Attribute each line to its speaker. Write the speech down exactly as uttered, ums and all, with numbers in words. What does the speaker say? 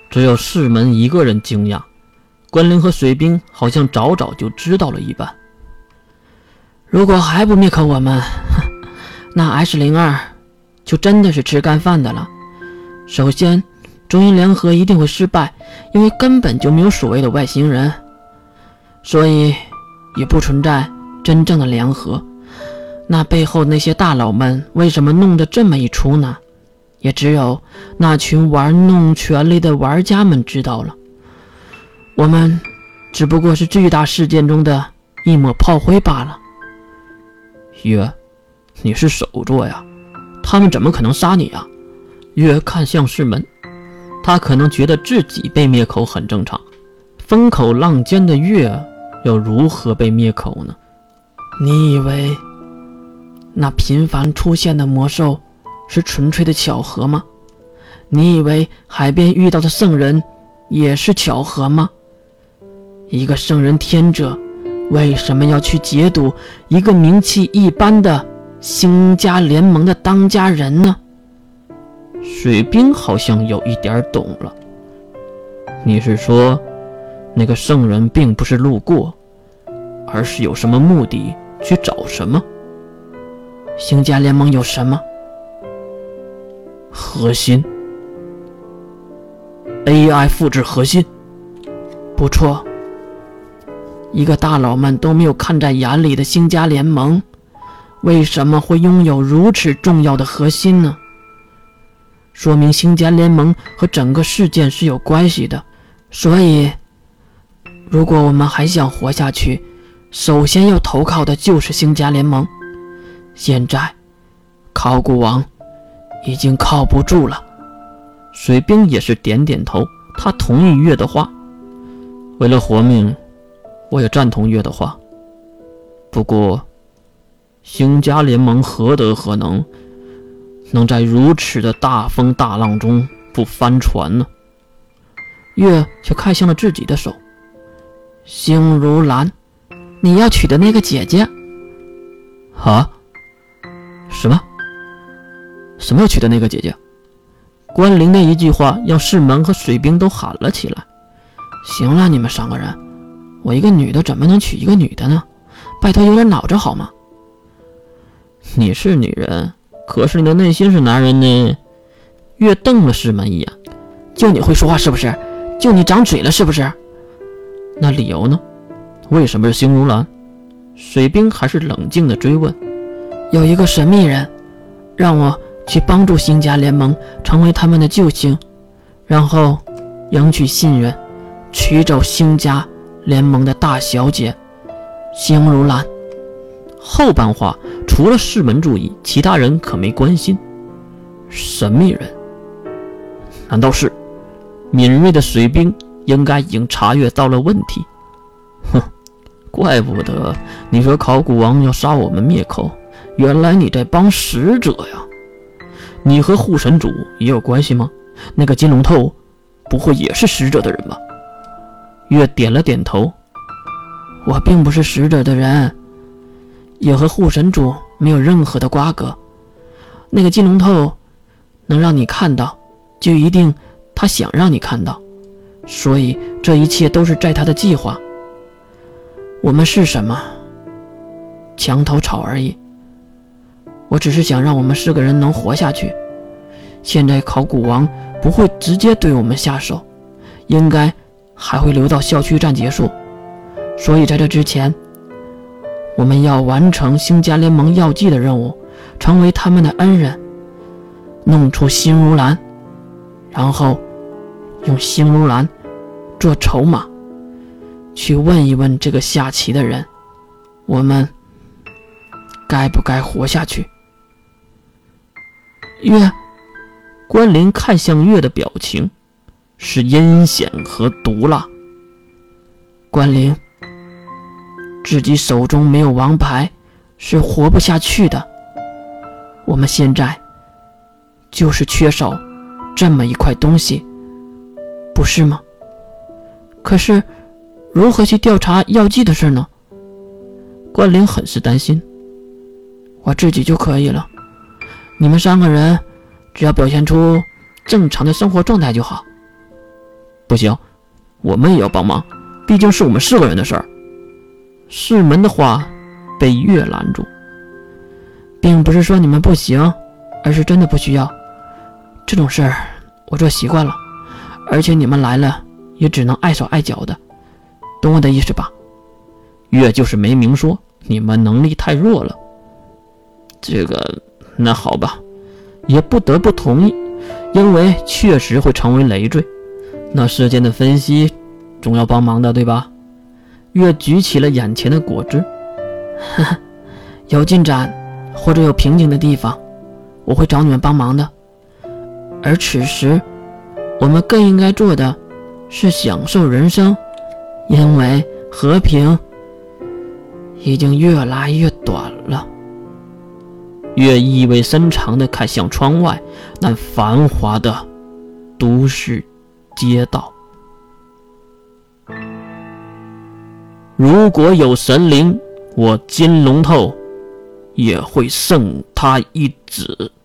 Speaker 1: 只有世门一个人惊讶，关灵和水兵好像早早就知道了一般。
Speaker 2: 如果还不灭口我们，那 S 零二 就真的是吃干饭的了。首先，中英联合一定会失败，因为根本就没有所谓的外星人，所以也不存在真正的联合。那背后那些大佬们为什么弄得这么一出呢？也只有那群玩弄权力的玩家们知道了。我们只不过是巨大事件中的一抹炮灰罢了。
Speaker 1: 月，你是首座呀，他们怎么可能杀你啊？月看向世门，他可能觉得自己被灭口很正常，风口浪尖的月又如何被灭口呢？
Speaker 2: 你以为那频繁出现的魔兽是纯粹的巧合吗？你以为海边遇到的圣人也是巧合吗？一个圣人天者为什么要去解堵一个名气一般的星家联盟的当家人呢？
Speaker 1: 水兵好像有一点懂了。你是说那个圣人并不是路过，而是有什么目的去找什么？
Speaker 2: 星家联盟有什么？
Speaker 1: 核心 A I 复制核心。
Speaker 2: 不错，一个大佬们都没有看在眼里的星家联盟，为什么会拥有如此重要的核心呢？说明星家联盟和整个事件是有关系的。所以如果我们还想活下去，首先要投靠的就是星家联盟。现在考古王已经靠不住了。
Speaker 1: 水兵也是点点头，他同意月的话。为了活命，我也赞同月的话。不过星家联盟何德何能，能在如此的大风大浪中不翻船呢？
Speaker 2: 月却看向了自己的手。星如兰，你要娶的那个姐姐。
Speaker 1: 啊？什么？什么要娶的那个姐姐？关灵的一句话让世门和水兵都喊了起来。
Speaker 2: 行了，你们三个人，我一个女的怎么能娶一个女的呢？拜托有点脑子好吗？
Speaker 1: 你是女人，可是你的内心是男人呢。月瞪了世门一眼。
Speaker 2: 就你会说话是不是？就你长嘴了是不是？
Speaker 1: 那理由呢？为什么是星如兰？水兵还是冷静地追问。
Speaker 2: 有一个神秘人让我去帮助星家联盟，成为他们的救星，然后赢取信任，娶走星家联盟的大小姐星如兰。
Speaker 1: 后半话除了世门注意，其他人可没关心。神秘人？难道是？敏锐的水兵应该已经察觉到了问题。哼，怪不得你说考古王要杀我们灭口，原来你在帮使者呀。你和护神主也有关系吗？那个金龙头不会也是使者的人吧？月点了点头。
Speaker 2: 我并不是使者的人，也和护神主没有任何的瓜葛。那个金龙头能让你看到，就一定他想让你看到，所以这一切都是在他的计划。我们是什么？墙头草而已。我只是想让我们四个人能活下去。现在考古王不会直接对我们下手，应该还会留到校区战结束。所以在这之前，我们要完成星家联盟要记的任务，成为他们的恩人，弄出星如兰，然后用星如兰做筹码，去问一问这个下棋的人，我们该不该活下去。
Speaker 1: 月，关灵看向月的表情是阴险和毒辣。
Speaker 2: 关灵，自己手中没有王牌是活不下去的。我们现在就是缺少这么一块东西，不是吗？可是如何去调查药剂的事呢？
Speaker 1: 关灵很是担心。
Speaker 2: 我自己就可以了，你们三个人只要表现出正常的生活状态就好。
Speaker 1: 不行，我们也要帮忙，毕竟是我们四个人的事儿。世门的话被月拦住。
Speaker 2: 并不是说你们不行，而是真的不需要。这种事儿我做习惯了，而且你们来了也只能碍手碍脚的，懂我的意思吧？
Speaker 1: 月就是没明说，你们能力太弱了。这个，那好吧，也不得不同意，因为确实会成为累赘。那事件的分析总要帮忙的，对吧？月举起了眼前的果汁。
Speaker 2: 呵呵，有进展或者有瓶颈的地方，我会找你们帮忙的。而此时，我们更应该做的是享受人生，因为和平已经越来越短了。
Speaker 1: 月意味深长地看向窗外那繁华的都市街道。如果有神灵，我金龙头也会剩他一子。